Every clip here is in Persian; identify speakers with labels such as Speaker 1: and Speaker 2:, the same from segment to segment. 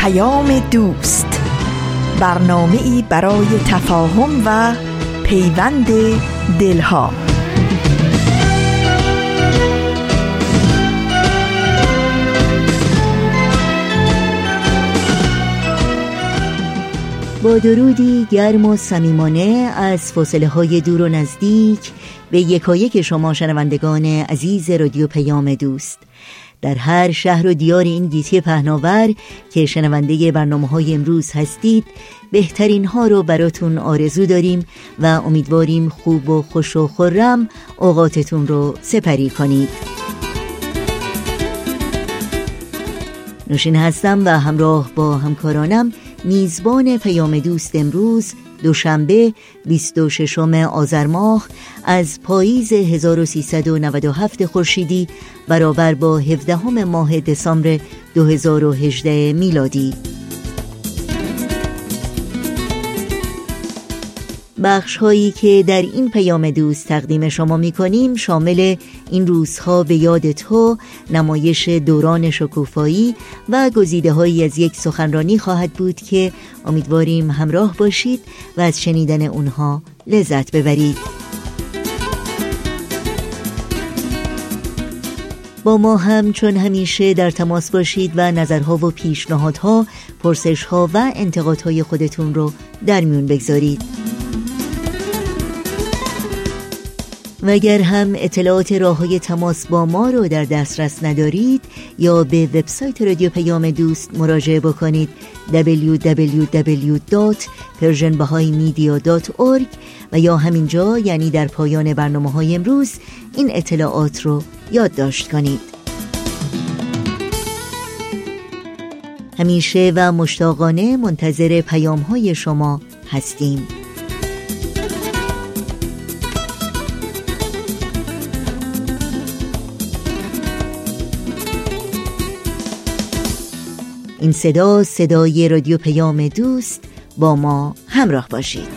Speaker 1: دوست، برنامه‌ای برای تفاهم و پیوند دلها.
Speaker 2: با درودی گرم و صمیمانه از فاصله‌های دور و نزدیک به یکایک شما شنوندگان عزیز رادیو پیام دوست در هر شهر و دیار این گیتی پهناور که شنونده برنامه‌های امروز هستید، بهترین ها رو براتون آرزو داریم و امیدواریم خوب و خوش و خرم اوقاتتون رو سپری کنید. نوشین هستم و همراه با همکارانم میزبان پیام دوست امروز دوشنبه 26 آذر ماه از پاییز 1397 خورشیدی برابر با 17 ماه دسامبر 2018 میلادی. بخش هایی که در این پیام دوست تقدیم شما می کنیم شامل این روزها به یاد تو، نمایش دوران شکوفایی و گزیده هایی از یک سخنرانی خواهد بود که امیدواریم همراه باشید و از شنیدن اونها لذت ببرید. با ما هم چون همیشه در تماس باشید و نظرها و پیشنهادها، پرسشها و انتقادهای خودتون رو در میون بگذارید. و اگر هم اطلاعات راه‌های تماس با ما رو در دسترس ندارید یا به وبسایت رادیو پیام دوست مراجعه بکنید www.persianbahaimedia.org و یا همینجا، یعنی در پایان برنامه‌های امروز، این اطلاعات رو یادداشت کنید. همیشه و مشتاقانه منتظر پیام‌های شما هستیم. این صدای رادیو پیام دوست، با ما همراه باشید.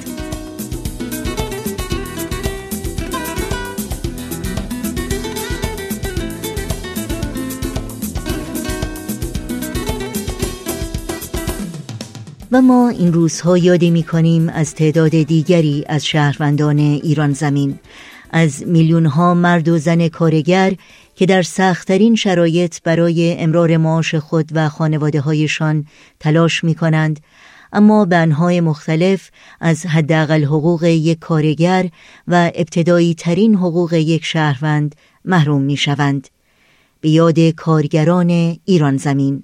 Speaker 2: و ما این روزها یادی می‌کنیم از تعداد دیگری از شهروندان ایران زمین، از میلیون‌ها مرد و زن کارگر که در سخت‌ترین شرایط برای امرار معاش خود و خانواده‌هایشان تلاش می‌کنند، اما به انواع مختلف از حداقل حقوق یک کارگر و ابتدایی ترین حقوق یک شهروند محروم می‌شوند. به یاد کارگران ایران زمین.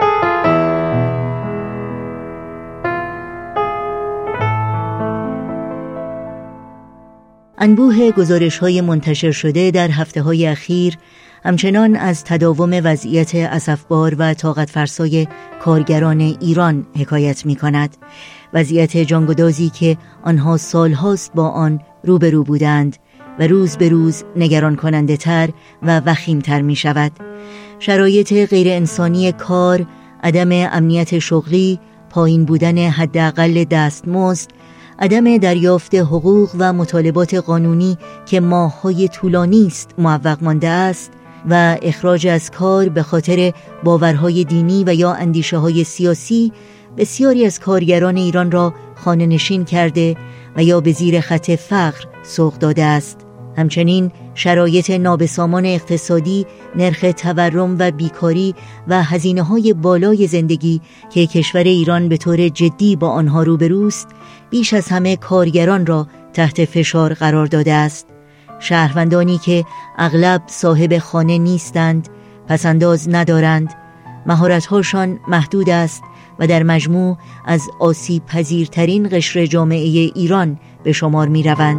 Speaker 2: انبوه گزارش‌های منتشر شده در هفته‌های اخیر همچنان از تداوم وضعیت اسفبار و طاقت فرسای کارگران ایران حکایت می‌کند. وضعیت جانگدازی که آنها سالهاست با آن روبرو بودند و روز به روز نگران کننده تر و وخیم‌تر می‌شود. شرایط غیر انسانی کار، عدم امنیت شغلی، پایین بودن حداقل دستمزد، عدم دریافت حقوق و مطالبات قانونی که ماه‌های طولانی است معوق مانده است و اخراج از کار به خاطر باورهای دینی و یا اندیشه‌های سیاسی بسیاری از کارگران ایران را خانه‌نشین کرده و یا به زیر خط فقر سوق داده است. همچنین شرایط نابسامان اقتصادی، نرخ تورم و بیکاری و هزینه‌های بالای زندگی که کشور ایران به طور جدی با آنها روبروست، بیش از همه کارگران را تحت فشار قرار داده است. شهروندانی که اغلب صاحب خانه نیستند، پسنداز ندارند، مهارت‌هاشان محدود است و در مجموع از آسیب پذیرترین قشر جامعه ایران به شمار می‌روند.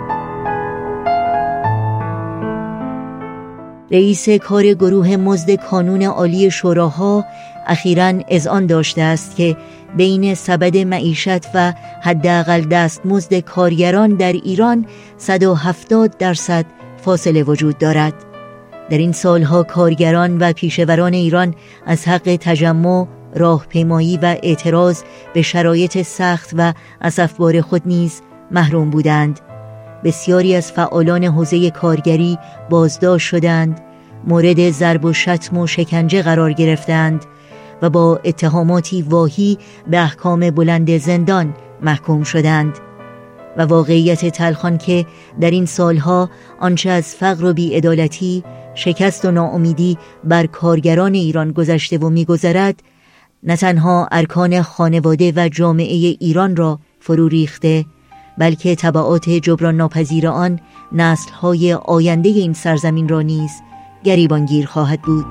Speaker 2: رئیس کار گروه مزد کانون عالی شوراها اخیراً اذعان داشته است که بین سبد معیشت و حداقل دستمزد کارگران در ایران 170% فاصله وجود دارد. در این سالها کارگران و پیشوران ایران از حق تجمع، راهپیمایی و اعتراض به شرایط سخت و اسفبار خود نیز محروم بودند. بسیاری از فعالان حوزه کارگری بازداشت شدند، مورد ضرب و شتم و شکنجه قرار گرفتند و با اتهاماتی واهی به احکام بلند زندان محکوم شدند. و واقعیت تلخان که در این سالها آنچه از فقر و بی‌عدالتی، شکست و ناامیدی بر کارگران ایران گذشته و می‌گذرد، نه تنها ارکان خانواده و جامعه ایران را فرو ریخته، بلکه تبعات جبران ناپذیر آن نسل‌های آینده این سرزمین را نیز گریبانگیر خواهد بود.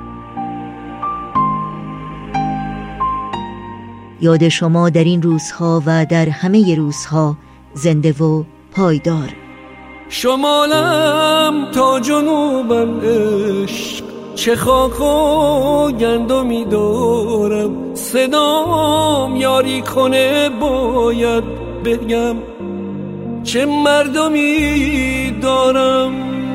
Speaker 2: یاد شما در این روزها و در همه روزها زنده و پایدار.
Speaker 3: شمالم تا جنوبم عشق، چه خاک و گندمی دارم، صدام یاری کنه باید بگم چه مردمی دارم.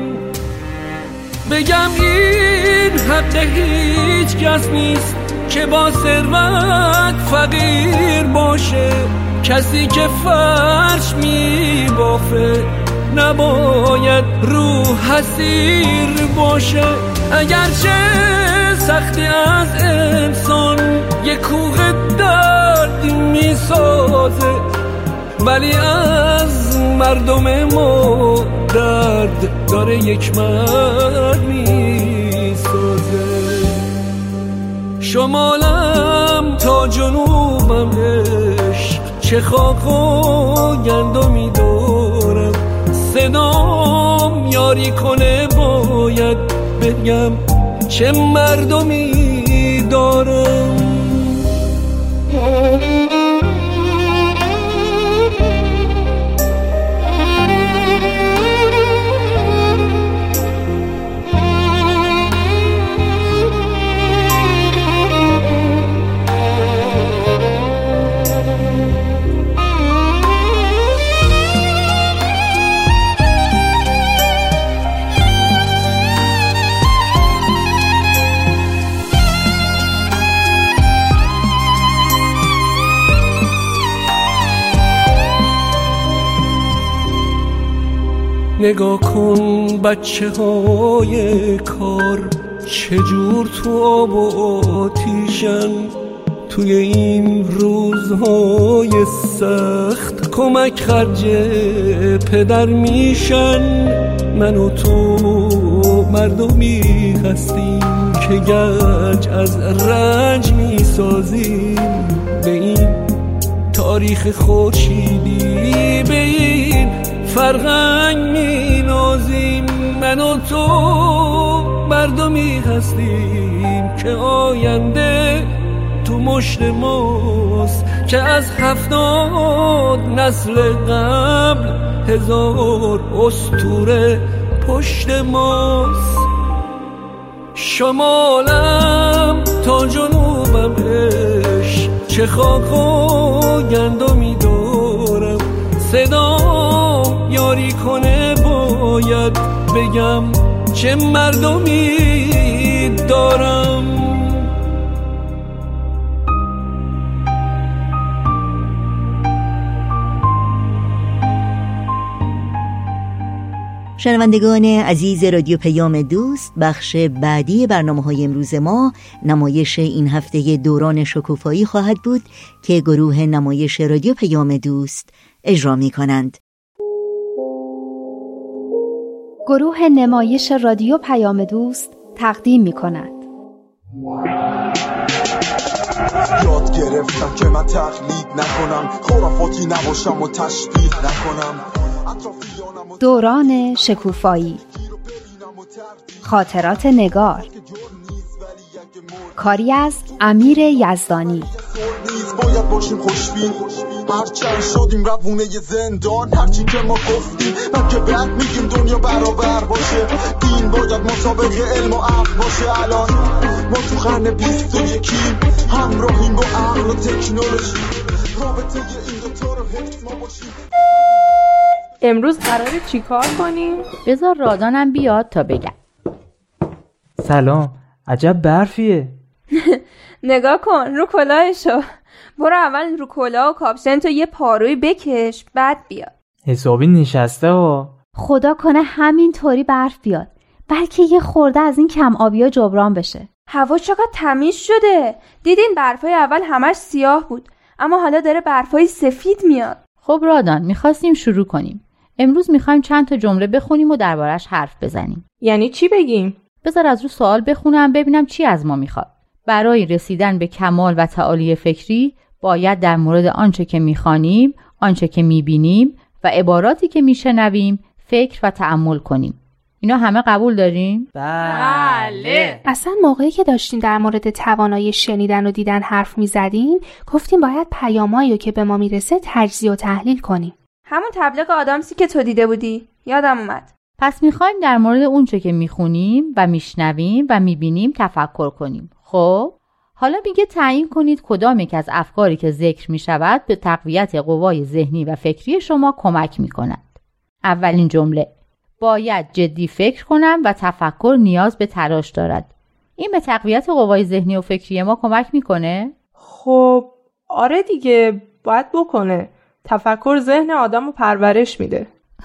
Speaker 3: بگم این حق هیچ کس نیست که با ثروت فقیر باشه، کسی که فرش می بافه نباید رو حسیر باشه. اگرچه سختی از انسان یک کوه درد می سازه، ولی از مردم ما درد داره یک مرد می سازه. شمالم تا جنوبم عشق، چه خاک و گندمی دارم، صدام یاری کنه باید بگم چه مردمی دارم. نگاه کن بچه های کار چجور تو آب و آتیشن، توی این روزهای سخت کمک خرج پدر میشن. من و تو مردمی هستیم که گنج از رنج میسازیم، به این تاریخ خورشیدی به این فرهنگ می نازیم. من و تو مردمی هستیم که آینده تو مشت ماست، که از 70 نسل قبل 1000 اسطوره پشت ماست. شمالم تا جنوبم عشق، چه خاک و گندمی دارم، صدام یاری کنه باید بگم چه مردمی دارم.
Speaker 2: شنوندگان عزیز رادیو پیام دوست، بخش بعدی برنامه‌های امروز ما نمایش این هفته دوران شکوفایی خواهد بود که گروه نمایش رادیو پیام دوست اجرا می‌کنند.
Speaker 4: گروه نمایش رادیو پیام دوست تقدیم می‌کند.
Speaker 5: یاد گرفتم که من تقلید نکنم، خرافاتی نباشم و تشبیه نکنم.
Speaker 4: دوران شکوفایی، خاطرات نگار، کاری از امیر یزدانی.
Speaker 5: باید باشیم خوشبین، هرچند شدیم روونه زندان، هرچی که ما گفتیم بلکه بعد میگیم دنیا برابر باشه. دین باید مطابق علم و عقل باشه. الان ما تو قرن 21 همراهیم با عقل و تکنولوژی، رابطه این دوتا رو حفظ ما باشیم.
Speaker 6: امروز قراره چی کار کنیم؟
Speaker 7: بذار رادانم بیاد تا بگم.
Speaker 8: سلام، عجب برفیه.
Speaker 6: نگاه کن رو کلاهشو. برو اول رو کلاه و کاپشن تو یه پاروی بکش بعد بیا.
Speaker 8: حسابی نشسته ها.
Speaker 4: خدا کنه همین طوری برف بیاد، بلکه یه خورده از این کم آبیا جبران بشه.
Speaker 6: هوا چقدر تمیز شده. دیدین برفای اول همش سیاه بود، اما حالا داره برفای سفید میاد.
Speaker 7: خب رادان، میخواستیم شروع کنیم. امروز میخوایم چند تا جمله بخونیم و دربارش حرف بزنیم.
Speaker 9: یعنی چی بگیم؟
Speaker 7: بذار از رو سوال بخونم ببینم چی از ما میخواد. برای رسیدن به کمال و تعالی فکری باید در مورد آنچه که میخوانیم، آنچه که میبینیم و عباراتی که میشنویم فکر و تأمل کنیم. اینا همه قبول داریم؟
Speaker 8: بله.
Speaker 10: اصلا موقعی که داشتیم در مورد توانایی شنیدن و دیدن حرف میزدیم گفتیم باید پیامایی که به ما میرسه تجزیه و تحلیل کنیم.
Speaker 6: همون تبلیغ آدامسی که تو دیده بودی یادم اومد.
Speaker 7: پس میخوایم در مورد اونچه که میخونیم و میشنویم و میبینیم تفکر کنیم. خب حالا میگه تعیین کنید کدام یک از افکاری که ذکر میشود به تقویت قوای ذهنی و فکری شما کمک میکند. اولین جمله: باید جدی فکر کنم و تفکر نیاز به تلاش دارد. این به تقویت قوای ذهنی و فکری ما کمک میکنه؟
Speaker 9: خب آره دیگه، باید بکنه. تفکر ذهن آدمو پرورش میده.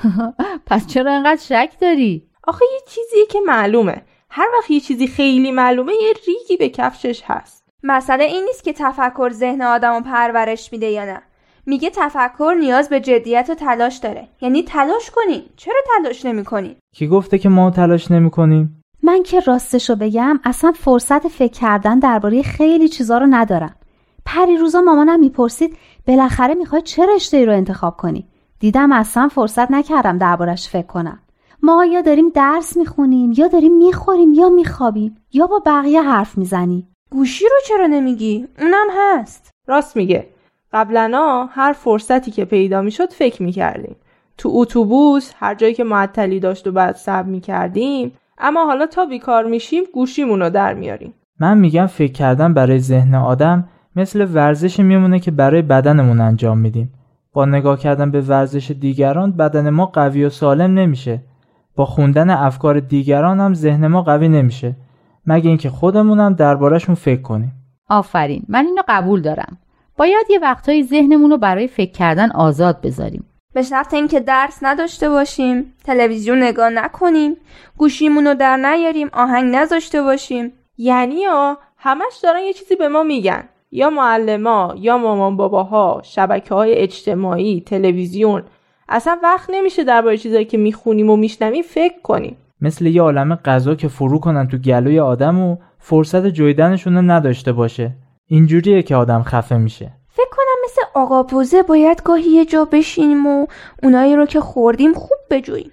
Speaker 7: پس چرا انقدر شک داری؟
Speaker 9: آخه یه چیزیه که معلومه. هر وقت یه چیزی خیلی معلومه یه ریگی به کفشش هست.
Speaker 6: مسئله این نیست که تفکر ذهن آدمو پرورش میده یا نه. میگه تفکر نیاز به جدیت و تلاش داره. یعنی تلاش کنین. چرا تلاش نمی‌کنین؟
Speaker 8: کی گفته که ما تلاش نمی‌کنیم؟
Speaker 4: من که راستشو بگم اصلا فرصت فکر کردن درباره خیلی چیزا رو ندارم. پریروزا مامانم میپرسید بالاخره میخوای چه رشته‌ای رو انتخاب کنی؟ دیدم اصلا فرصت نکردم دربارش فکر کنم. ما یا داریم درس میخونیم یا داریم میخوریم یا میخوابیم یا با بقیه حرف میزنیم.
Speaker 6: گوشی رو چرا نمیگی؟ اونم هست.
Speaker 9: راست میگه. قبلنا هر فرصتی که پیدا میشد فکر میکردیم. تو اتوبوس هر جایی که معطلی داشت و بعد صبر میکردیم، اما حالا تا بیکار میشیم گوشیمون رو در میاریم.
Speaker 8: من میگم فکر کردن برای ذهن آدم مثل ورزشی میمونه که برای بدنمون انجام میدیم. با نگاه کردن به ورزش دیگران بدن ما قوی و سالم نمیشه. با خوندن افکار دیگران هم ذهن ما قوی نمیشه. مگه اینکه خودمونم درباره‌شون فکر کنیم.
Speaker 7: آفرین، من اینو قبول دارم. باید یه وقتایی ذهنمون رو برای فکر کردن آزاد بذاریم.
Speaker 6: به شرط اینکه درس نداشته باشیم، تلویزیون نگاه نکنیم، گوشیمون رو در نیاریم، آهنگ نذاشته باشیم.
Speaker 9: یعنی همش دارن یه چیزی به ما میگن. یا معلما، یا مامان باباها، شبکه‌های اجتماعی، تلویزیون. اصلا وقت نمیشه درباره چیزایی که میخونیم و میشنویم فکر کنیم.
Speaker 8: مثل یه عالمه غذا که فرو کنن تو گلوی آدم و فرصت جویدنشون رو نداشته باشه. اینجوریه که آدم خفه میشه.
Speaker 6: فکر کنم مثل آقا پوزه باید گاهی یه جا بشینیم و اونایی رو که خوردیم خوب بجوییم.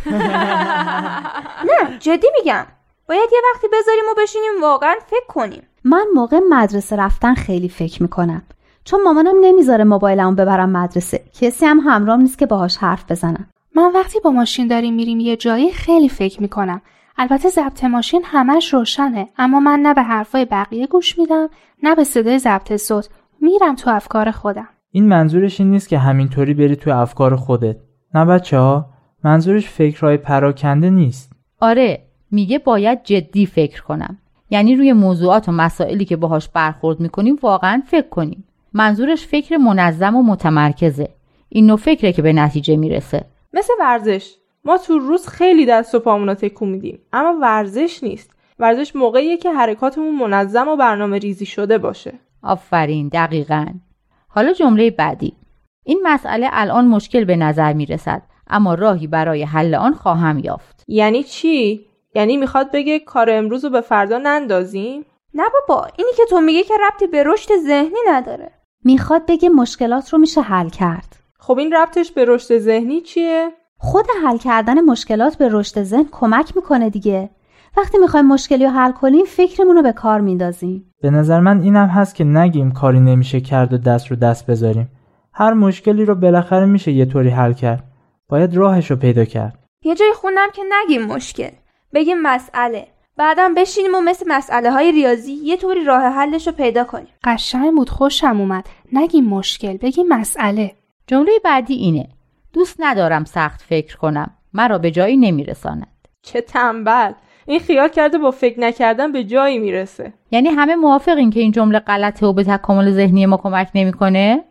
Speaker 6: نه جدی میگم، باید یه وقتی بذاریم و بشینیم واقعا فکر کنیم.
Speaker 4: من موقع مدرسه رفتن خیلی فکر میکنم، چون مامانم نمیذاره موبایلمو ببرم مدرسه. کسی هم همراهم نیست که باهاش حرف بزنم.
Speaker 10: من وقتی با ماشین داریم میریم یه جایی خیلی فکر میکنم. البته ضبط ماشین همش روشنه، اما من نه به حرفای بقیه گوش میدم نه به صدای ضبط صوت. میرم تو افکار خودم.
Speaker 8: این منظورش این نیست که همینطوری بری تو افکار خودت. نه بچه‌ها، منظورش فکرهای پراکنده نیست.
Speaker 7: آره، میگه باید جدی فکر کنم. یعنی روی موضوعات و مسائلی که باهاش برخورد میکنیم واقعا فکر کنیم. منظورش فکر منظم و متمرکزه. این نوع فکره که به نتیجه میرسه.
Speaker 9: مثل ورزش. ما تو روز خیلی دست و پامون رو تکون میدیم، اما ورزش نیست. ورزش موقعیه که حرکاتمون منظم و برنامه ریزی شده باشه.
Speaker 7: آفرین، دقیقاً. حالا جمله بعدی. این مسئله الان مشکل به نظر میرسد، اما راهی برای حل آن خواهم یافت.
Speaker 9: یعنی چی؟ یعنی میخواد بگه کار امروز رو به فردا نندازیم؟
Speaker 6: نه بابا، اینی که تو میگه که ربطی به رشد ذهنی نداره.
Speaker 4: میخواد بگه مشکلات رو میشه حل کرد.
Speaker 9: خب این ربطش به رشد ذهنی چیه؟
Speaker 4: خود حل کردن مشکلات به رشد ذهن کمک میکنه دیگه. وقتی میخوایم مشکلی رو حل کنیم فکرمون رو به کار میندازیم.
Speaker 8: به نظر من اینم هست که نگیم کاری نمیشه کرد و دست رو دست بذاریم. هر مشکلی رو بالاخره میشه یه طوری حل کرد. باید راهش رو پیدا کرد.
Speaker 6: یه جای خوندم که نگیم مشکل، بگیم مسئله. بعدم بشینیم و مثل مسئله های ریاضی یه طوری راه حلش رو پیدا کنیم.
Speaker 10: قشنگ بود، خوشم اومد. نگیم مشکل، بگیم مسئله.
Speaker 7: جمله بعدی اینه: دوست ندارم سخت فکر کنم، مرا به جایی نمیرساند.
Speaker 9: چه تنبل. این خیال کرده با فکر نکردن به جایی میرسه.
Speaker 7: یعنی همه موافقین که این جمله غلطه و به تکامل ذهنی ما کمک نمیکنه؟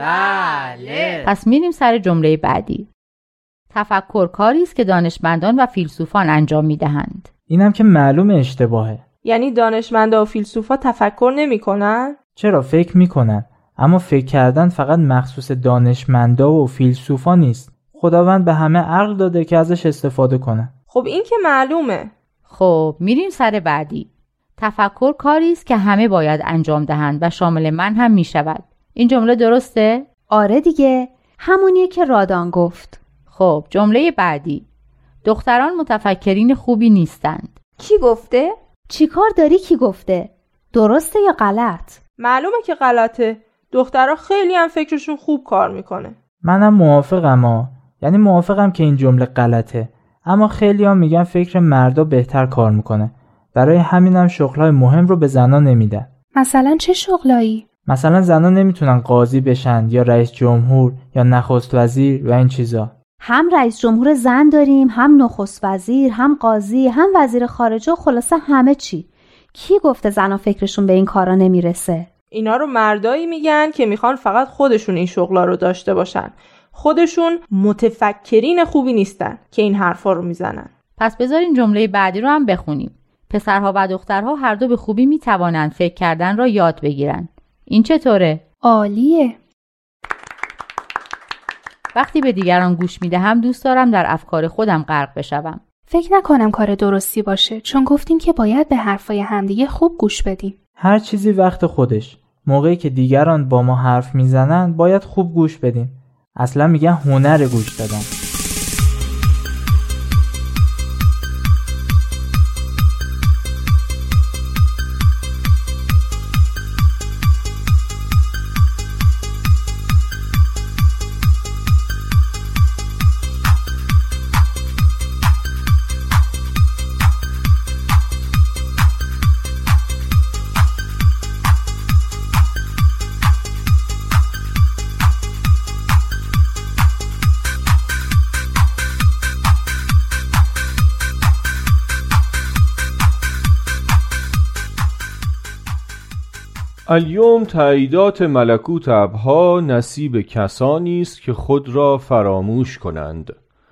Speaker 8: بله.
Speaker 7: پس میریم سر جمله بعدی. تفکر کاری است که دانشمندان و فیلسوفان انجام میدهند.
Speaker 8: اینم که معلومه اشتباهه.
Speaker 9: یعنی دانشمندا و فیلسوفا تفکر نمی‌کنن؟
Speaker 8: چرا فکر میکنن، اما فکر کردن فقط مخصوص دانشمندا و فیلسوفا نیست. خداوند به همه عقل داده که ازش استفاده کنن.
Speaker 9: خب این که معلومه.
Speaker 7: خب میریم سر بعدی. تفکر کاری است که همه باید انجام دهند و شامل من هم میشود. این جمله درسته؟
Speaker 4: آره دیگه، همونیه که رادان گفت.
Speaker 7: خب جمله بعدی. دختران متفکرین خوبی نیستند.
Speaker 6: کی گفته؟
Speaker 4: چی کار داری کی گفته؟ درسته یا غلط؟
Speaker 9: معلومه که غلطه. دخترها خیلی هم فکرشون خوب کار میکنه.
Speaker 8: منم موافقم یعنی موافقم که این جمله غلطه، اما خیلی هم میگن فکر مردا بهتر کار میکنه. برای همینم شغلای مهم رو به زنا نمیدن.
Speaker 10: مثلا چه شغلایی؟
Speaker 8: مثلا زنا نمیتونن قاضی بشن یا رئیس جمهور یا نخست وزیر و این چیزا.
Speaker 4: هم رئیس جمهور زن داریم، هم نخست وزیر، هم قاضی، هم وزیر خارجه و خلاصه همه چی. کی گفته زنا فکرشون به این کارا نمیرسه؟
Speaker 9: اینا رو مردایی میگن که میخوان فقط خودشون این شغلا رو داشته باشن. خودشون متفکرین خوبی نیستن که این حرفا رو میزنن.
Speaker 7: پس بذارین جمله بعدی رو هم بخونیم. پسرها و دخترها هر دو به خوبی میتوانند فکر کردن را یاد بگیرن. این چطوره؟
Speaker 10: عالیه.
Speaker 7: وقتی به دیگران گوش میدهم دوست دارم در افکار خودم غرق بشوم.
Speaker 10: فکر نکنم کار درستی باشه، چون گفتیم که باید به حرفای همدیگه خوب گوش بدیم.
Speaker 8: هر چیزی وقت خودش. موقعی که دیگران با ما حرف میزنن باید خوب گوش بدیم. اصلا میگن هنر گوش دادن.
Speaker 11: الیوم تاییدات ملکوت ابها نصیب کسانی است که خود را فراموش کنند،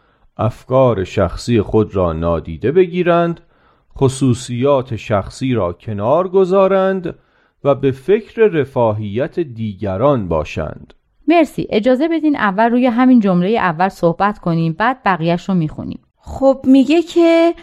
Speaker 11: افکار شخصی خود را نادیده بگیرند، خصوصیات شخصی را کنار گذارند و به فکر رفاهیت دیگران باشند.
Speaker 7: مرسی. اجازه بدین اول روی همین جمله اول صحبت کنیم، بعد بقیه‌اش رو میخونیم.
Speaker 2: خب میگه که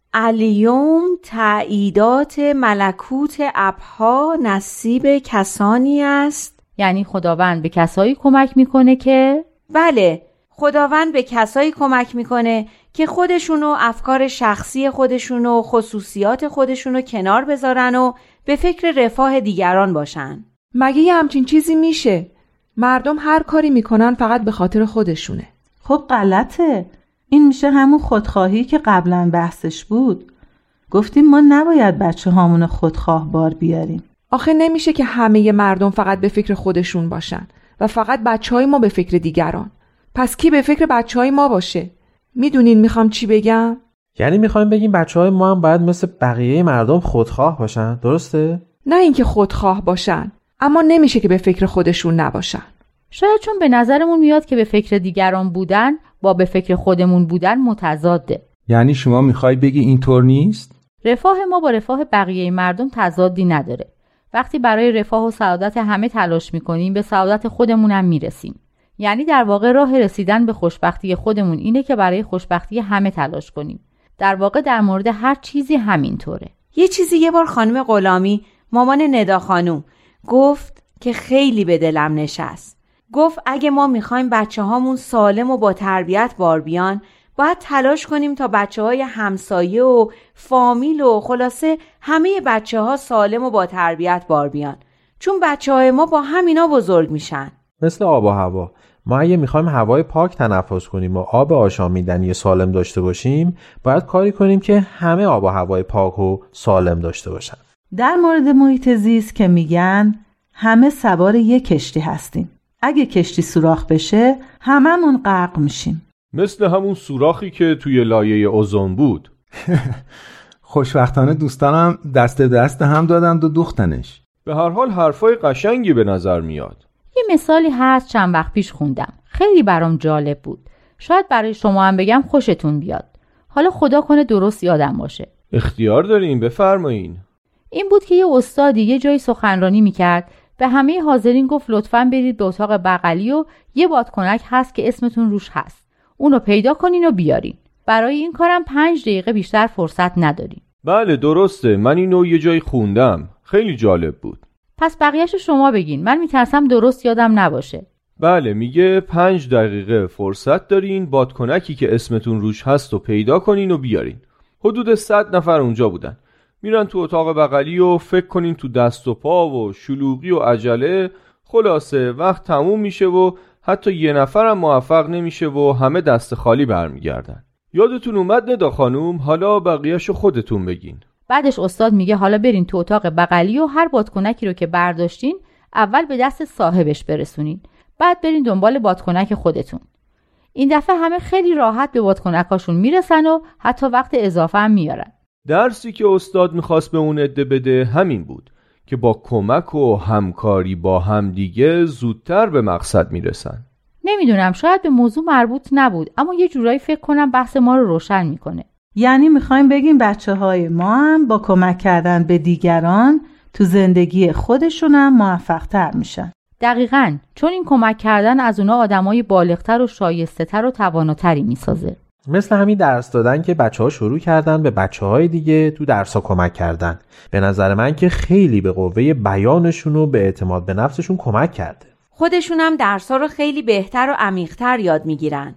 Speaker 2: الیوم تاییدات ملکوت ابها نصیب کسانی است.
Speaker 7: یعنی خداوند به کسایی کمک میکنه که
Speaker 2: بله، خداوند به کسایی کمک میکنه که خودشونو افکار شخصی خودشونو خصوصیات خودشونو کنار بذارن و به فکر رفاه دیگران باشن.
Speaker 12: مگه یه همچین چیزی میشه؟ مردم هر کاری میکنن فقط به خاطر خودشونه.
Speaker 13: خب غلطه. این میشه همون خودخواهی که قبلا بحثش بود. گفتیم ما نباید بچه هامون خودخواه بار بیاریم.
Speaker 12: آخه نمیشه که همه مردم فقط به فکر خودشون باشن و فقط بچهای ما به فکر دیگران. پس کی به فکر بچهای ما باشه؟ میدونین میخوام چی بگم؟
Speaker 14: یعنی میخوایم بگیم بچهای ما هم باید مثل بقیه مردم خودخواه باشن، درسته؟
Speaker 12: نه اینکه خودخواه باشن، اما نمیشه که به فکر خودشون نباشن.
Speaker 7: شاید چون به نظرمون میاد که به فکر دیگران بودن با به فکر خودمون بودن متضاده.
Speaker 15: یعنی شما میخوای بگی اینطور نیست؟
Speaker 7: رفاه ما با رفاه بقیه مردم تضادی نداره. وقتی برای رفاه و سعادت همه تلاش میکنیم به سعادت خودمون هم میرسیم. یعنی در واقع راه رسیدن به خوشبختی خودمون اینه که برای خوشبختی همه تلاش کنیم. در واقع در مورد هر چیزی همینطوره.
Speaker 2: یه چیزی یه بار خانم غلامی، مامان ندا خانوم، گفت که خیلی به دلم نشست. گفت اگه ما میخوایم بچه هامون سالم و با تربیت بار بیان، باید تلاش کنیم تا بچه های همسایه و فامیل و خلاصه همه بچه ها سالم و با تربیت بار بیان. چون بچه های ما با همینا بزرگ میشن.
Speaker 14: مثل آب و هوا. ما اگه میخوایم هوای پاک تنفس کنیم و آب آشامیدنی سالم داشته باشیم، باید کاری کنیم که همه آب و هوای پاک و سالم داشته باشن.
Speaker 13: در مورد محیط زیست که میگن همه سوار یک کشتی هستیم. اگه کشتی سوراخ بشه هممون غرق میشیم.
Speaker 11: مثل همون سوراخی که توی لایه اوزون بود.
Speaker 15: خوشبختانه دوستانم دست دست هم دادند و دوختنش.
Speaker 11: به هر حال حرفای قشنگی به نظر میاد.
Speaker 7: یه مثالی هست چند وقت پیش خوندم. خیلی برام جالب بود. شاید برای شما هم بگم خوشتون بیاد. حالا خدا کنه درست یادم باشه.
Speaker 11: اختیار دارین، بفرمایین.
Speaker 7: این بود که یه استادی یه جایی سخنرانی میکرد، به همه حاضرین گفت لطفاً برید به اتاق بغلی و یه بادکنک هست که اسمتون روش هست، اونو پیدا کنین و بیارین. برای این کارم 5 دقیقه بیشتر فرصت ندارین.
Speaker 11: بله درسته، من اینو یه جایی خوندم، خیلی جالب بود.
Speaker 7: پس بقیه‌شو شما بگین، من میترسم درست یادم نباشه.
Speaker 11: بله، میگه 5 دقیقه فرصت دارین بادکنکی که اسمتون روش هست و پیدا کنین و بیارین. حدود 100 نفر اونجا بودن. میرن تو اتاق بغلی و فکر کنین تو دست و پا و شلوغی و عجله، خلاصه وقت تموم میشه و حتی یه نفرم موفق نمیشه و همه دست خالی برمیگردن. یادتون اومد ندا خانوم؟ حالا بقیه‌شو خودتون بگین.
Speaker 7: بعدش استاد میگه حالا برین تو اتاق بغلی و هر بادکنکی رو که برداشتین اول به دست صاحبش برسونین، بعد برین دنبال بادکنک خودتون. این دفعه همه خیلی راحت به بادکنکاشون میرسن و حتی وقت اضافه هم میارن.
Speaker 11: درسی که استاد میخواست به اون عده بده همین بود که با کمک و همکاری با همدیگه زودتر به مقصد میرسن.
Speaker 7: نمیدونم، شاید به موضوع مربوط نبود، اما یه جورایی فکر کنم بحث ما رو روشن میکنه.
Speaker 13: یعنی میخوایم بگیم بچه‌های ما هم با کمک کردن به دیگران تو زندگی خودشونم موفق‌تر میشن.
Speaker 7: دقیقاً، چون این کمک کردن از اونا آدمای بالغتر و شایسته‌تر و تواناتری میسازه.
Speaker 14: مثل همین درس دادن که بچه‌ها شروع کردن به بچه‌های دیگه تو درس‌ها کمک کردن. به نظر من که خیلی به قوه بیانشون و به اعتماد به نفسشون کمک کرده.
Speaker 16: خودشون هم درس‌ها رو خیلی بهتر و عمیق‌تر یاد میگیرن.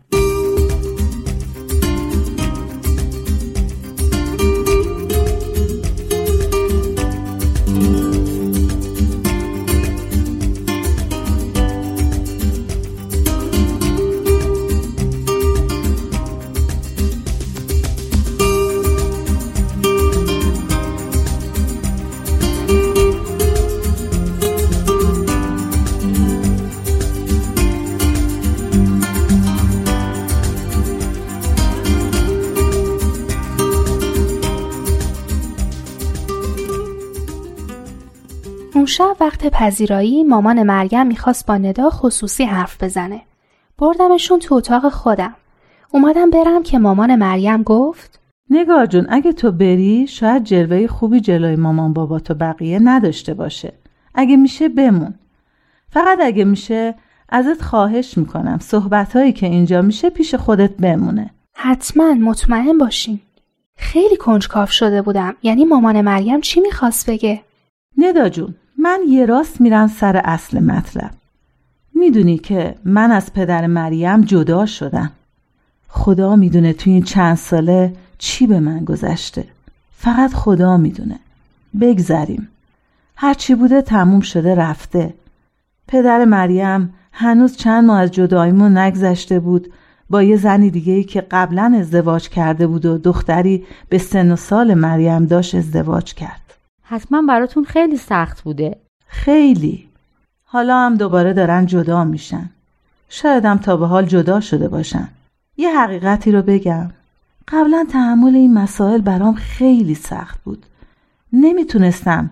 Speaker 10: شب وقت پذیرایی مامان مریم میخواست با ندا خصوصی حرف بزنه. بردمشون تو اتاق خودم. اومدم برم که مامان مریم گفت
Speaker 13: نگار جون اگه تو بری شاید جلوه خوبی جلوی مامان بابا تو بقیه نداشته باشه. اگه میشه بمون. فقط اگه میشه ازت خواهش میکنم صحبتایی که اینجا میشه پیش خودت بمونه.
Speaker 10: حتما مطمئن باشین. خیلی کنجکاو شده بودم. یعنی مامان مریم چی میخواست بگه؟
Speaker 13: ندا جون من یه راست میرم سر اصل مطلب. میدونی که من از پدر مریم جدا شدم. خدا میدونه توی این چند ساله چی به من گذشته. فقط خدا میدونه. بگذریم. هرچی بوده تموم شده رفته. پدر مریم هنوز چند ماه از جداییمون نگذشته بود با یه زنی دیگه‌ای که قبلا ازدواج کرده بود و دختری به سن و سال مریم داشت ازدواج کرد.
Speaker 7: حتما براتون خیلی سخت بوده.
Speaker 13: خیلی. حالا هم دوباره دارن جدا میشن. شاید هم تا به حال جدا شده باشن. یه حقیقتی رو بگم. قبلا تحمل این مسائل برام خیلی سخت بود. نمیتونستم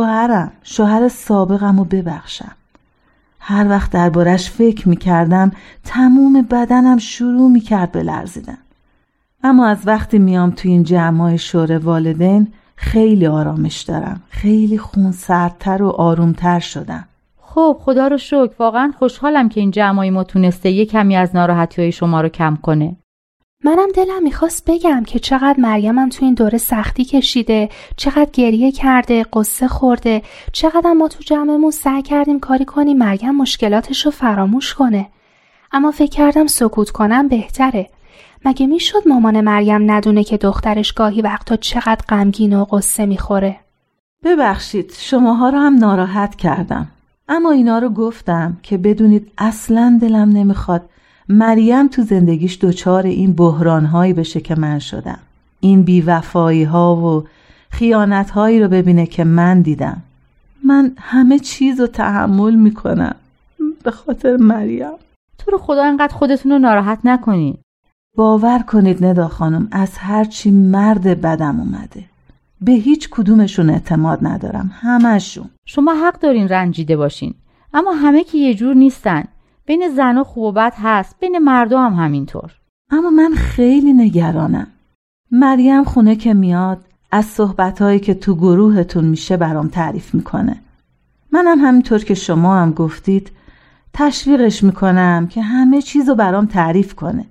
Speaker 13: شوهر سابقم رو ببخشم. هر وقت دربارش فکر میکردم تموم بدنم شروع میکرد به لرزیدن. اما از وقتی میام تو این جمعای شور والدین خیلی آرامش دارم. خیلی خونسردتر و آرومتر شدم.
Speaker 7: خب خدا رو شکر. واقعا خوشحالم که این جمعای ما تونسته یه کمی از ناراحتی‌های شما رو کم کنه.
Speaker 10: منم دلم میخواست بگم که چقدر مریمم تو این دوره سختی کشیده، چقدر گریه کرده، قصه خورده، چقدر ما تو جمعمون سعی کردیم کاری کنیم مریم مشکلاتش رو فراموش کنه. اما فکر کردم سکوت کنم بهتره. مگه میشد مامان مریم ندونه که دخترش گاهی وقتا چقدر غمگین و قصه میخوره؟
Speaker 13: ببخشید شماها رو هم ناراحت کردم. اما اینا رو گفتم که بدونید اصلاً دلم نمیخواد مریم تو زندگیش دوچار این بحران‌هایی بشه که من شدم. این بی‌وفایی‌ها و خیانت‌هایی رو ببینه که من دیدم. من همه چیز رو تحمل میکنم به خاطر مریم.
Speaker 7: تو رو خدا انقدر خودتون رو ناراحت نکنین.
Speaker 13: باور کنید ندا خانم از هرچی مرد بدم اومده به هیچ کدومشون اعتماد ندارم. همشون.
Speaker 7: شما حق دارین رنجیده باشین، اما همه که یه جور نیستن. بین زن‌ها خوب و بد هست، بین مردا هم همینطور.
Speaker 13: اما من خیلی نگرانم. مریم خونه که میاد از صحبت‌هایی که تو گروهتون میشه برام تعریف میکنه. منم همینطور که شما هم گفتید تشویقش میکنم که همه چیزو برام تعریف کنه.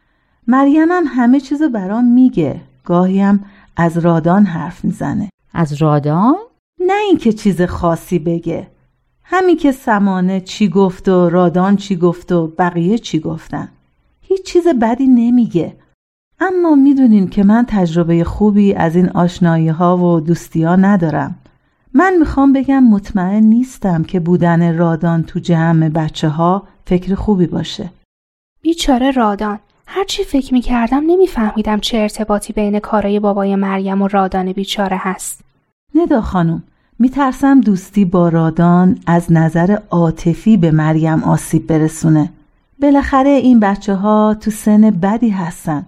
Speaker 13: مریم هم همه چیزو برام میگه. گاهی هم از رادان حرف میزنه.
Speaker 7: از رادان؟
Speaker 13: نه اینکه چیز خاصی بگه. همین که سمانه چی گفت و رادان چی گفت و بقیه چی گفتن. هیچ چیز بدی نمیگه. اما میدونین که من تجربه خوبی از این آشنایی ها و دوستی ها ندارم. من میخوام بگم مطمئن نیستم که بودن رادان تو جمع بچه ها فکر خوبی باشه.
Speaker 10: بیچاره رادان. هرچی فکر میکردم نمیفهمیدم چه ارتباطی بین کارای بابای مریم و رادان بیچاره هست.
Speaker 13: ندا خانم، میترسم دوستی با رادان از نظر عاطفی به مریم آسیب برسونه. بالاخره این بچه ها تو سن بدی هستن.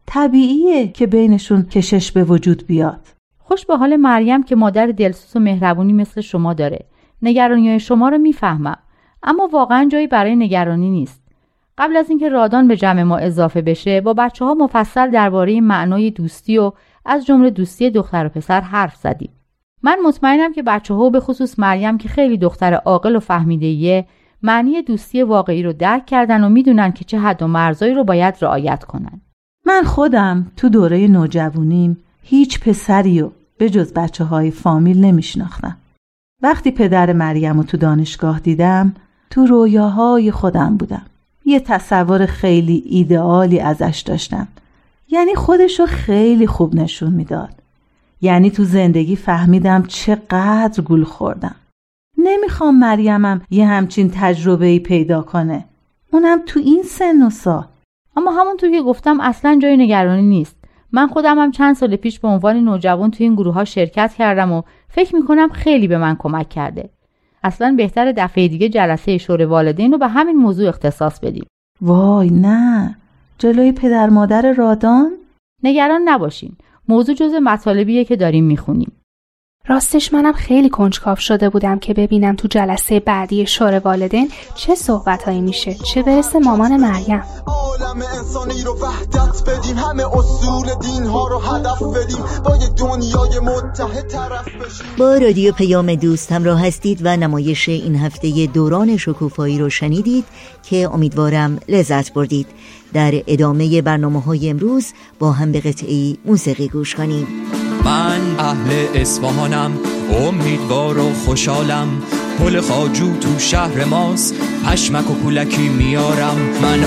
Speaker 13: طبیعیه که بینشون کشش به وجود بیاد.
Speaker 7: خوش به حال مریم که مادر دلسوز و مهربونی مثل شما داره. نگرانی‌های شما رو میفهمم، اما واقعا جایی برای نگرانی نیست. قبل از اینکه رادان به جمع ما اضافه بشه با بچه‌ها مفصل درباره معنای دوستی و از جمله دوستی دختر و پسر حرف زدیم. من مطمئنم که بچه‌ها به خصوص مریم که خیلی دختر عاقل و فهمیده‌ایه معنی دوستی واقعی رو درک کردن و میدونن که چه حد و مرزایی رو باید رعایت کنن.
Speaker 13: من خودم تو دوره نوجوانیم هیچ پسریو به جز بچه‌های فامیل نمیشناختم. وقتی پدر مریم رو تو دانشگاه دیدم تو رویاهای خودم بودم. یه تصور خیلی ایدئالی ازش داشتم. یعنی خودشو خیلی خوب نشون میداد. یعنی تو زندگی فهمیدم چقدر گول خوردم. نمیخوام مریمم یه همچین تجربه‌ای پیدا کنه. اونم تو این سن و سال.
Speaker 7: اما همونطور که گفتم اصلا جای نگرانی نیست. من خودم هم چند سال پیش به عنوان نوجوان تو این گروه ها شرکت کردم و فکر میکنم خیلی به من کمک کرده. اصلا بهتر دفعه دیگه جلسه شور والدین رو به همین موضوع اختصاص بدیم.
Speaker 13: وای نه، جلوی پدر مادر رادان؟
Speaker 7: نگران نباشین، موضوع جزء مطالبیه که داریم میخونیم.
Speaker 10: راستش منم خیلی کنجکاو شده بودم که ببینم تو جلسه بعدی شور والدین چه صحبتایی میشه، چه برسه مامان مریم.
Speaker 5: عالم انسانی رو وحدت بدیم، همه اصول دین ها رو هدف بدیم، با یه دنیای متحد طرف بشیم.
Speaker 2: با رادیو پیام دوست همراه هستید و نمایش این هفته دوران شکوفایی رو شنیدید که امیدوارم لذت بردید. در ادامه برنامه‌های امروز با هم به قطعی موسیقی گوش کنیم.
Speaker 17: من اهل اصفهانم، امیدوار و خوشحالم، پل خواجو تو شهر ماست، پشمک و کولکی میارم. من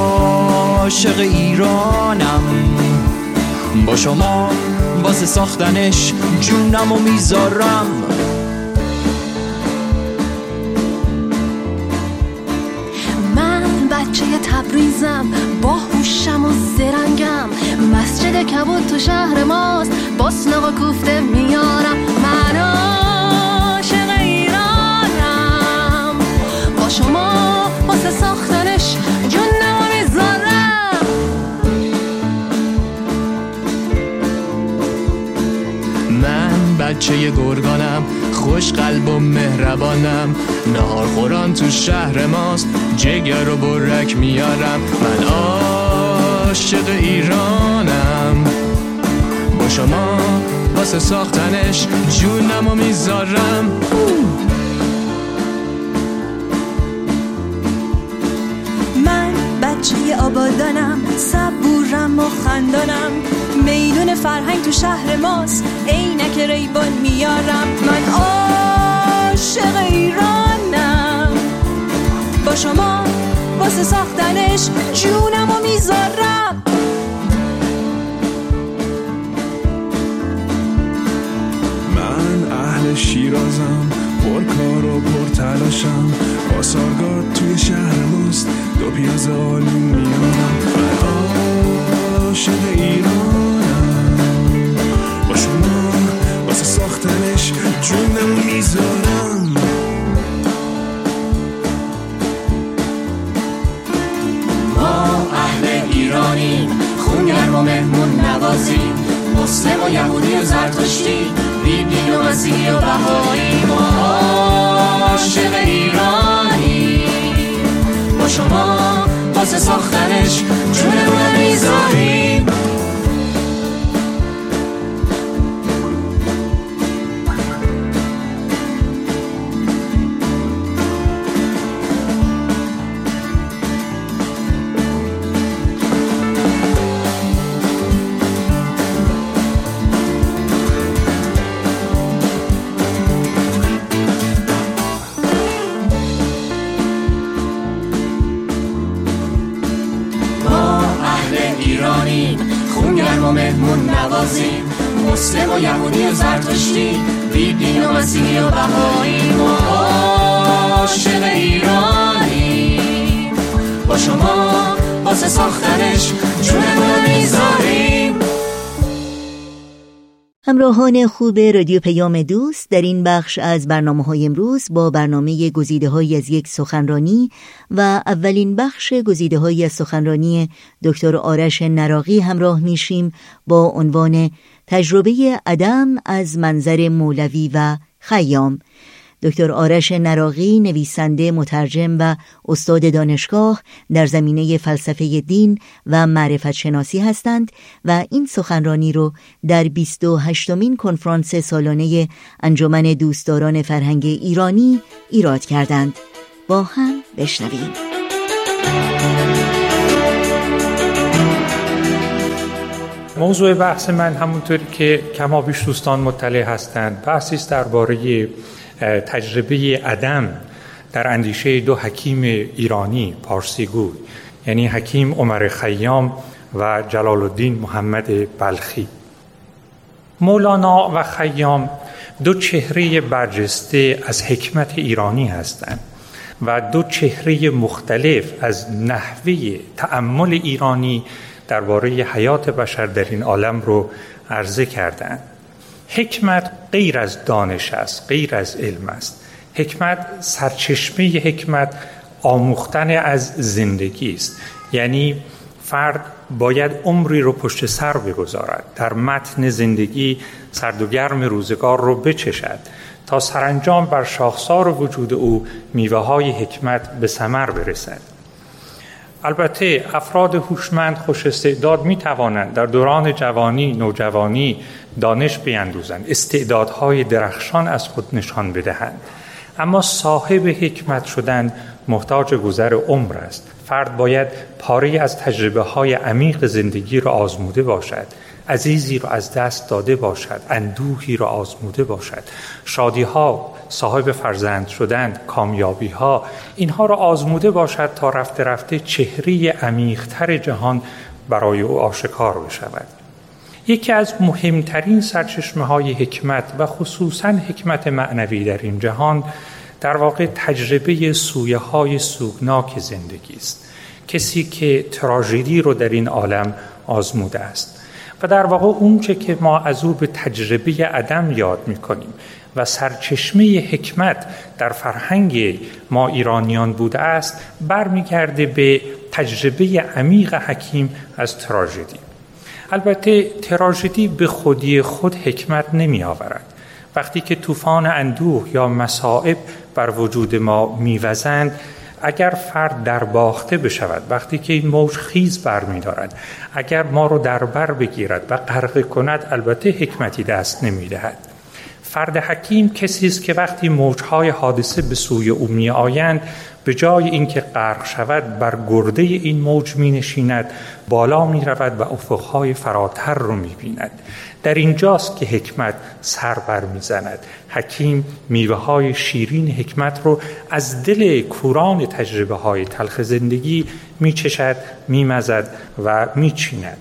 Speaker 17: عاشق ایرانم، با شما واسه ساختنش جونم و میذارم.
Speaker 18: من بچه تبریزم، با هوشم و زرنگم، مسجد کبود تو شهر ماست، باسلق و کوفته میارم. من عاشق ایرانم، با شما واسه ساختنش جونم و میذارم.
Speaker 17: من بچه گرگانم، خوش قلب و مهربانم، نهار خوران تو شهر ماست، جگر و برک میارم. من عاشق ایرانم، با شما واسه ساختنش جونم و میذارم.
Speaker 18: من بچه آبادانم، صبورم و خندانم، میدون فرهنگ تو شهر ماست، عینک ریبان میارم. من عاشق ایرانم، با شما واسه ساختنش جونم و میذارم.
Speaker 19: من اهل شیرازم، پرکار و پرتلاشم، پاسارگاد توی شهر ماست، دو پیاز آلو میارم. من عاشق ایرانم، با شما واسه ساختنش جونم میذارم.
Speaker 17: ما اهل ایرانیم، خونگرم و مهمون نوازیم، مسلم و یهودی و زرتشتی، بیبی و مسیحی و بهایی. ما عاشق ایرانیم، با شما واسه ساختنش جونمون میذاریم. ایرانیم، خونگرم و مهمون نوازیم، مسلم و یهودی و زرتشتی، بی دین و مسیحی و بهایی، ما عاشق ایرانیم، با شما واسه ساختنش جونمون میذاریم.
Speaker 2: همراهان خوب رادیو پیام دوست، در این بخش از برنامه‌های امروز با برنامه گزیده‌هایی از یک سخنرانی و اولین بخش گزیده‌هایی از سخنرانی دکتر آرش نراقی همراه میشیم با عنوان تجربه عدم از منظر مولوی و خیام. دکتر آرش نراقی نویسنده، مترجم و استاد دانشگاه در زمینه فلسفه دین و معرفت شناسی هستند و این سخنرانی رو در 28مین کنفرانس سالانه انجمن دوستداران فرهنگ ایرانی ایراد کردند. با هم بشنویم.
Speaker 20: موضوع بحث من همونطوری که کمابیش دوستان مطلع هستند، بحثی است درباره تجربه عدم در اندیشه دو حکیم ایرانی پارسیگوی، یعنی حکیم عمر خیام و جلال الدین محمد بلخی. مولانا و خیام دو چهره برجسته از حکمت ایرانی هستند و دو چهره مختلف از نحوه تأمل ایرانی درباره حیات بشر در این عالم رو عرضه کردند. حکمت غیر از دانش است، غیر از علم است. حکمت، سرچشمه حکمت آموختن از زندگی است. یعنی فرد باید عمری رو پشت سر بگذارد، در متن زندگی سرد و گرم روزگار رو بچشد تا سرانجام بر شاخسار وجود او میوه‌های حکمت به ثمر برسد. البته افراد هوشمند خوش استعداد می توانند در دوران جوانی، نوجوانی دانش بیندوزند، استعدادهای درخشان از خود نشان بدهند، اما صاحب حکمت شدن محتاج گذر عمر است. فرد باید پاره از تجربه های عمیق زندگی را آزموده باشد، عزیزی را از دست داده باشد، اندوهی را آزموده باشد، شادی ها، صاحب فرزند شدن، کامیابی ها، اینها را آزموده باشد تا رفته رفته چهره عمیق‌تر جهان برای او آشکار بشود. یکی از مهمترین سرچشمه‌های حکمت و خصوصاً حکمت معنوی در این جهان در واقع تجربه سویه‌های سوگناک زندگی است. کسی که تراژدی رو در این عالم آزموده است و در واقع اونچه که ما از او به تجربه عدم یاد می‌کنیم و سرچشمه حکمت در فرهنگ ما ایرانیان بوده است، برمیگرده به تجربه عمیق حکیم از تراژدی. البته تراژدی به خودی خود حکمت نمی آورد. وقتی که طوفان اندوه یا مصائب بر وجود ما می‌وزند، اگر فرد در باخته بشود، وقتی که این موج خیز برمی دارد، اگر ما رو در بر بگیرد و غرق کند، البته حکمتی دست نمی دهد. فرد حکیم کسی است که وقتی موجهای حادثه به سوی او می آیند، به جای اینکه غرق شود بر گرده این موج می نشیند، بالا می رود و افقهای فراتر رو می بیند. در اینجاست که حکمت سر بر می زند. حکیم میوه های شیرین حکمت رو از دل کوران تجربه های تلخ زندگی می چشد، می مزد و می چیند.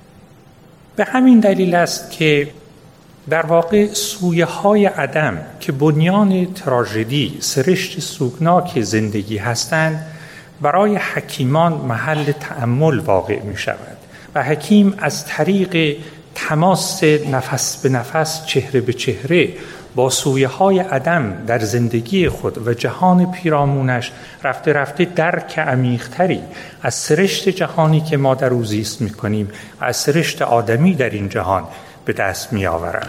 Speaker 20: به همین دلیل است که در واقع سویه های عدم که بنیان تراژدی، سرشت سوگناک زندگی هستند، برای حکیمان محل تأمل واقع می شود و حکیم از طریق تماس نفس به نفس، چهره به چهره با سویه های عدم در زندگی خود و جهان پیرامونش رفته رفته درک عمیق‌تری از سرشت جهانی که ما در او زیست می کنیم و از سرشت آدمی در این جهان به دست می آورد.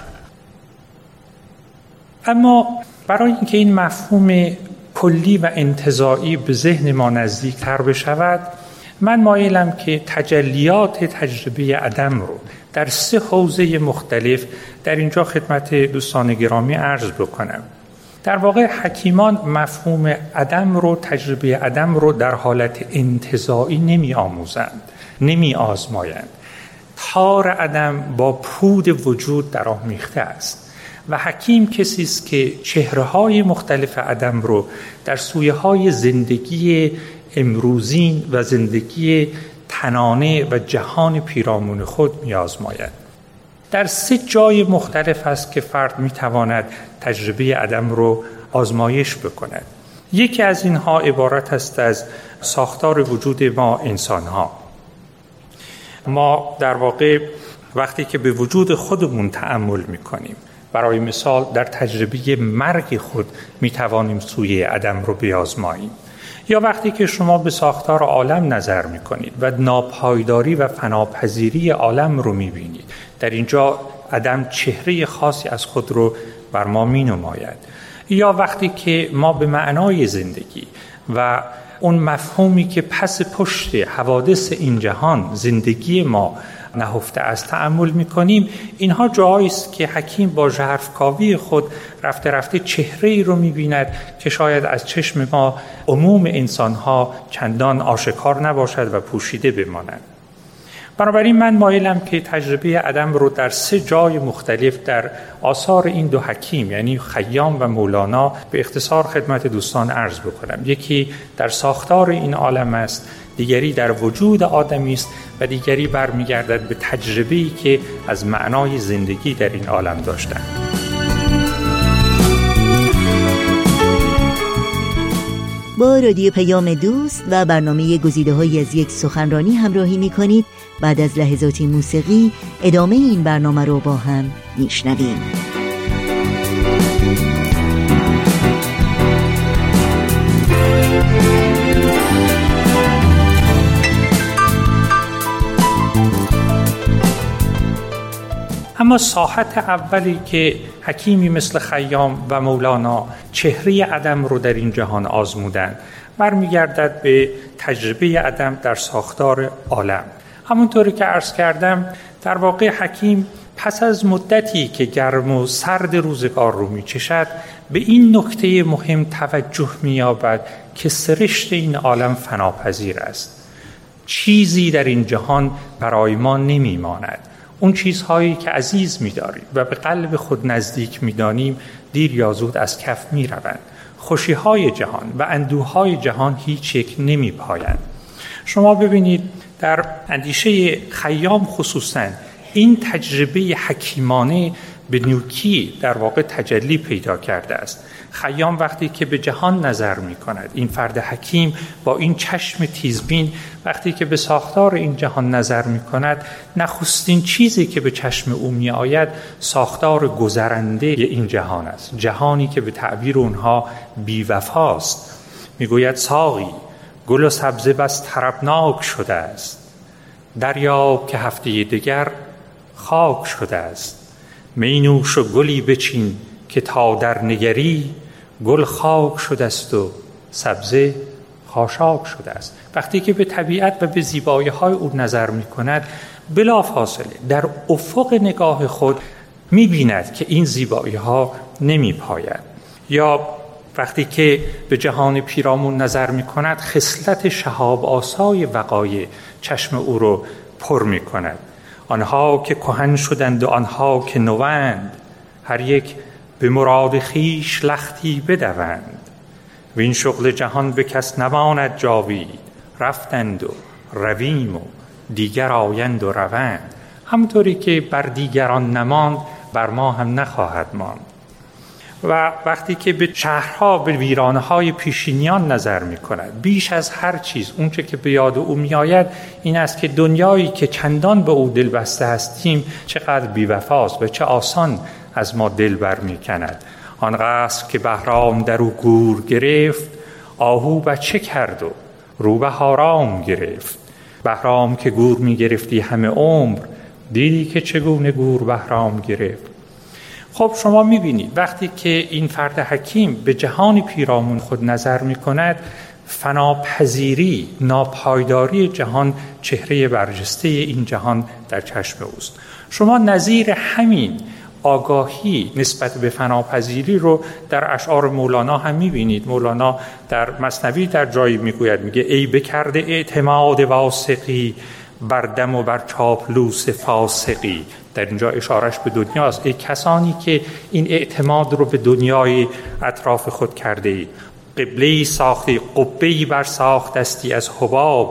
Speaker 20: اما برای اینکه این مفهوم کلی و انتزاعی به ذهن ما نزدیک تر بشود، من مایلم که تجلیات تجربه عدم رو در 3 حوزه مختلف در اینجا خدمت دوستان گرامی عرض بکنم. در واقع حکیمان مفهوم عدم رو، تجربه عدم رو در حالت انتزاعی نمی آموزند، نمی آزمایند. تار عدم با پود وجود در آمیخته است و حکیم کسی است که چهره‌های مختلف عدم رو در سویه‌های زندگی امروزین و زندگی تنانه و جهان پیرامون خود می‌آزماید. در 3 جای مختلف است که فرد می‌تواند تجربه عدم رو آزمایش بکند. یکی از اینها عبارت است از ساختار وجود ما انسان‌ها. ما در واقع وقتی که به وجود خودمون تأمل می‌کنیم، برای مثال در تجربه مرگ خود می‌توانیم سوی عدم رو بیازماییم. یا وقتی که شما به ساختار عالم نظر می‌کنید و ناپایداری و فناپذیری عالم رو می‌بینید، در اینجا عدم چهره خاصی از خود رو بر ما می‌نماید. یا وقتی که ما به معنای زندگی و اون مفهومی که پس پشت حوادث این جهان زندگی ما نهفته است تأمل می‌کنیم، اینها جایی است که حکیم با ژرفکاوی خود رفته رفته چهره‌ای رو می‌بیند که شاید از چشم ما عموم انسان‌ها چندان آشکار نباشد و پوشیده بماند. بنابراین من مایلم که تجربه عدم رو در 3 جای مختلف در آثار این 2 حکیم یعنی خیام و مولانا به اختصار خدمت دوستان عرض بکنم. یکی در ساختار این عالم است، دیگری در وجود آدمی است و دیگری برمیگردد به تجربه‌ای که از معنای زندگی در این عالم داشتند.
Speaker 2: با رادیو پیام دوست و برنامه گزیده‌هایی از یک سخنرانی همراهی می‌کنید. بعد از لحظاتی موسیقی ادامه این برنامه رو با هم میشنویم.
Speaker 20: اما ساحت اولی که حکیمی مثل خیام و مولانا چهره عدم رو در این جهان آزمودن برمیگردد به تجربه عدم در ساختار عالم. همونطوری که عرض کردم، در واقع حکیم پس از مدتی که گرم و سرد روزگار رو می‌چشد به این نکته مهم توجه می‌یابد که سرشت این عالم فناپذیر است. چیزی در این جهان برای ما نمی‌ماند. اون چیزهایی که عزیز می‌داریم و به قلب خود نزدیک می‌دانیم دیر یا زود از کف می‌روند. خوشی‌های جهان و اندوه‌های جهان هیچ یک نمی‌پایند. شما ببینید در اندیشه خیام خصوصاً این تجربه حکیمانه به نوکی در واقع تجلی پیدا کرده است. خیام وقتی که به جهان نظر می کند، این فرد حکیم با این چشم تیزبین وقتی که به ساختار این جهان نظر می کند، نخستین چیزی که به چشم او می آید ساختار گذرنده این جهان است. جهانی که به تعبیر اونها بی‌وفاست. می گوید ساقی گل و سبزه بس طربناک شده است، دریاب که هفته دیگر خاک شده است. می نوش و گلی بچین که تا در نگری، گل خاک شده است و سبزه خاشاک شده است. وقتی که به طبیعت و به زیبایی‌های او نظر می‌کند، بلافاصله در افق نگاه خود می‌بیند که این زیبایی‌ها نمی‌پاید. یا وقتی که به جهان پیرامون نظر می‌کند، خصلت شهاب آسای وقایع چشم او رو پر می‌کند. آنها که کهن شدند و آنها که نوند، هر یک به مراد خویش لختی بدوند. و این شغل جهان به کس نماند جاوید، رفتند و رویم و دیگر آیند و روند. همطوری که بر دیگران نماند بر ما هم نخواهد ماند. و وقتی که به شهرها، به ویرانه‌های پیشینیان نظر می‌کند، بیش از هر چیز اونچه که به یاد او می‌آید این است که دنیایی که چندان به او دل بسته هستیم چقدر بی‌وفاست و چه آسان از ما دل بر می‌کند. آن قصر که بهرام در او گور گرفت، آهو بچه کرد و روبه آرام گرفت. بهرام که گور می‌گرفتی همه عمر، دیدی که چگونه گور بهرام گرفت. خب شما می‌بینید وقتی که این فرد حکیم به جهان پیرامون خود نظر می‌کند، فناپذیری، ناپایداری جهان چهره برجسته این جهان در چشم اوست. شما نظیر همین آگاهی نسبت به فناپذیری رو در اشعار مولانا هم می‌بینید. مولانا در مثنوی در جایی میگوید، میگه ای بکرده اعتماد واثقی، بر دم و بر چاپلوس فاسقی. در اینجا اشارش به دنیاست. ای کسانی که این اعتماد رو به دنیای اطراف خود کرده ای، قبله‌ای ساخته، قبه‌ای بر ساختستی از حباب،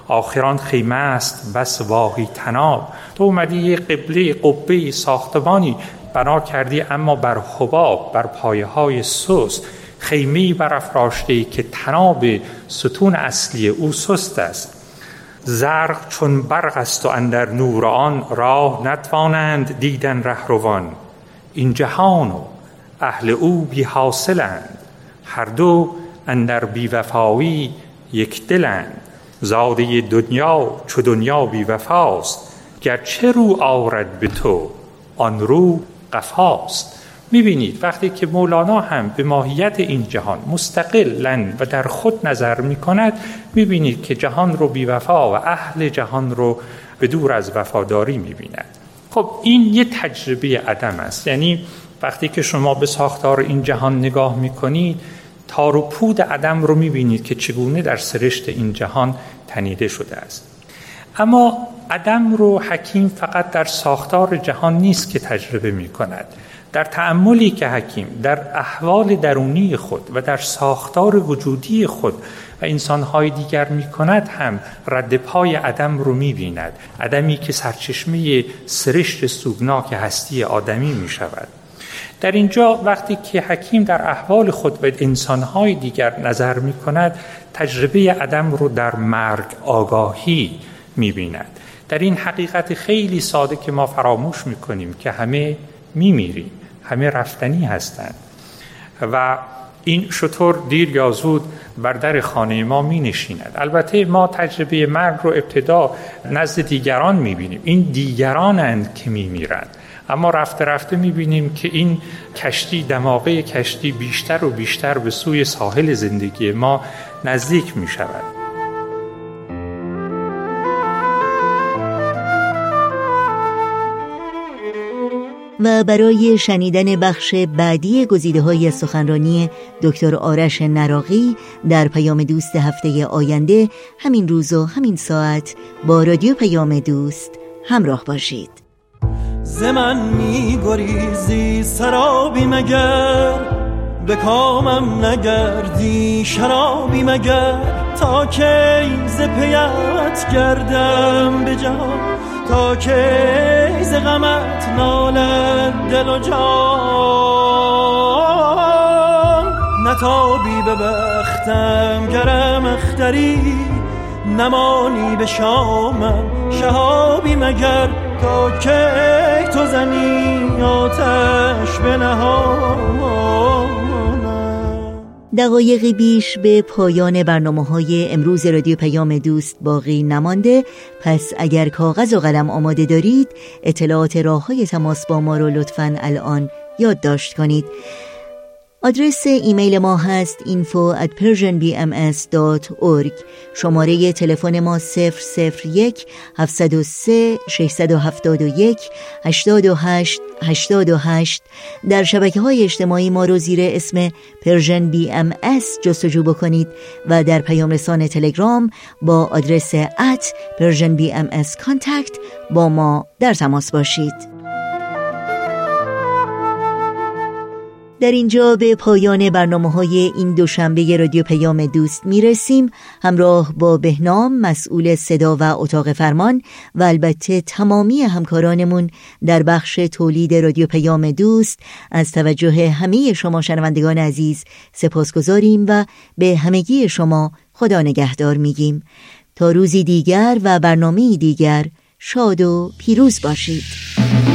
Speaker 20: آخران خیمه است بس واهی تناب. تو اومدی یه قبله قبه ساختمانی بنا کردی، اما بر حباب، بر پایه های سست خیمه‌ای برافراشته‌ای که تناب ستون اصلی او سست است. زرق چون برق است و اندر نور آن، راه نتوانند دیدن رهروان. این جهان و اهل او بی حاصلند، هر دو اندر بی وفایی یک دلند. زاده دنیا چو دنیا بی وفاست، گرچه رو آورد به تو آن رو قفاست. میبینید وقتی که مولانا هم به ماهیت این جهان مستقلاً و در خود نظر میکند، میبینید که جهان رو بی وفا و اهل جهان رو به دور از وفاداری میبیند. خب این یه تجربه عدم است. یعنی وقتی که شما به ساختار این جهان نگاه میکنید، تار و پود عدم رو میبینید که چگونه در سرشت این جهان تنیده شده است. اما عدم رو حکیم فقط در ساختار جهان نیست که تجربه میکند. در تأملی که حکیم در احوال درونی خود و در ساختار وجودی خود و انسانهای دیگر می کند هم رد پای عدم رو می بیند. عدمی که سرچشمه سرشت سوگناک هستی آدمی می شود. در اینجا وقتی که حکیم در احوال خود و انسانهای دیگر نظر می کند، تجربه عدم رو در مرگ آگاهی می بیند. در این حقیقت خیلی ساده که ما فراموش می کنیم که همه می میریم، همه رفتنی هستند و این شتر دیر یا زود بر در خانه ما می نشیند. البته ما تجربه مرگ رو ابتدا نزد دیگران می بینیم، این دیگرانند که می میرند، اما رفته رفته می بینیم که این کشتی، دماغه کشتی بیشتر و بیشتر به سوی ساحل زندگی ما نزدیک می شود.
Speaker 2: و برای شنیدن بخش بعدی گزیده‌های از سخنرانی دکتر آرش نراقی در پیام دوست هفته آینده، همین روز و همین ساعت با رادیو پیام دوست همراه باشید.
Speaker 3: ز من می‌گریزی سرابی مگر، به کامم نگردی شرابی مگر، تا کی ز پیت گردم به جهان، تا کی ز غمت نالد دل و جان. نتابی به بختم گرم اختری، نمانی به شامم شهابی مگر، تا کی تو زنی آتش به نهانم.
Speaker 2: دقایقی بیش به پایان برنامه‌های امروز رادیو پیام دوست باقی نمانده، پس اگر کاغذ و قلم آماده دارید اطلاعات راه‌های تماس با ما رو لطفاً الان یادداشت کنید. آدرس ایمیل ما هست info@persianbms.org. شماره تلفن ما 001 703 671 88 88. در شبکه‌های اجتماعی ما رو زیر اسم پرژن BMS جستجو بکنید و در پیام رسان تلگرام با آدرس @PersianBMSContact با ما در تماس باشید. در اینجا به پایان برنامه‌های این دوشنبه رادیو پیام دوست میرسیم. همراه با بهنام مسئول صدا و اتاق فرمان و البته تمامی همکارانمون در بخش تولید رادیو پیام دوست از توجه همه شما شنوندگان عزیز سپاسگزاریم و به همگی شما خدا نگهدار میگیم. تا روزی دیگر و برنامه‌ای دیگر شاد و پیروز باشید.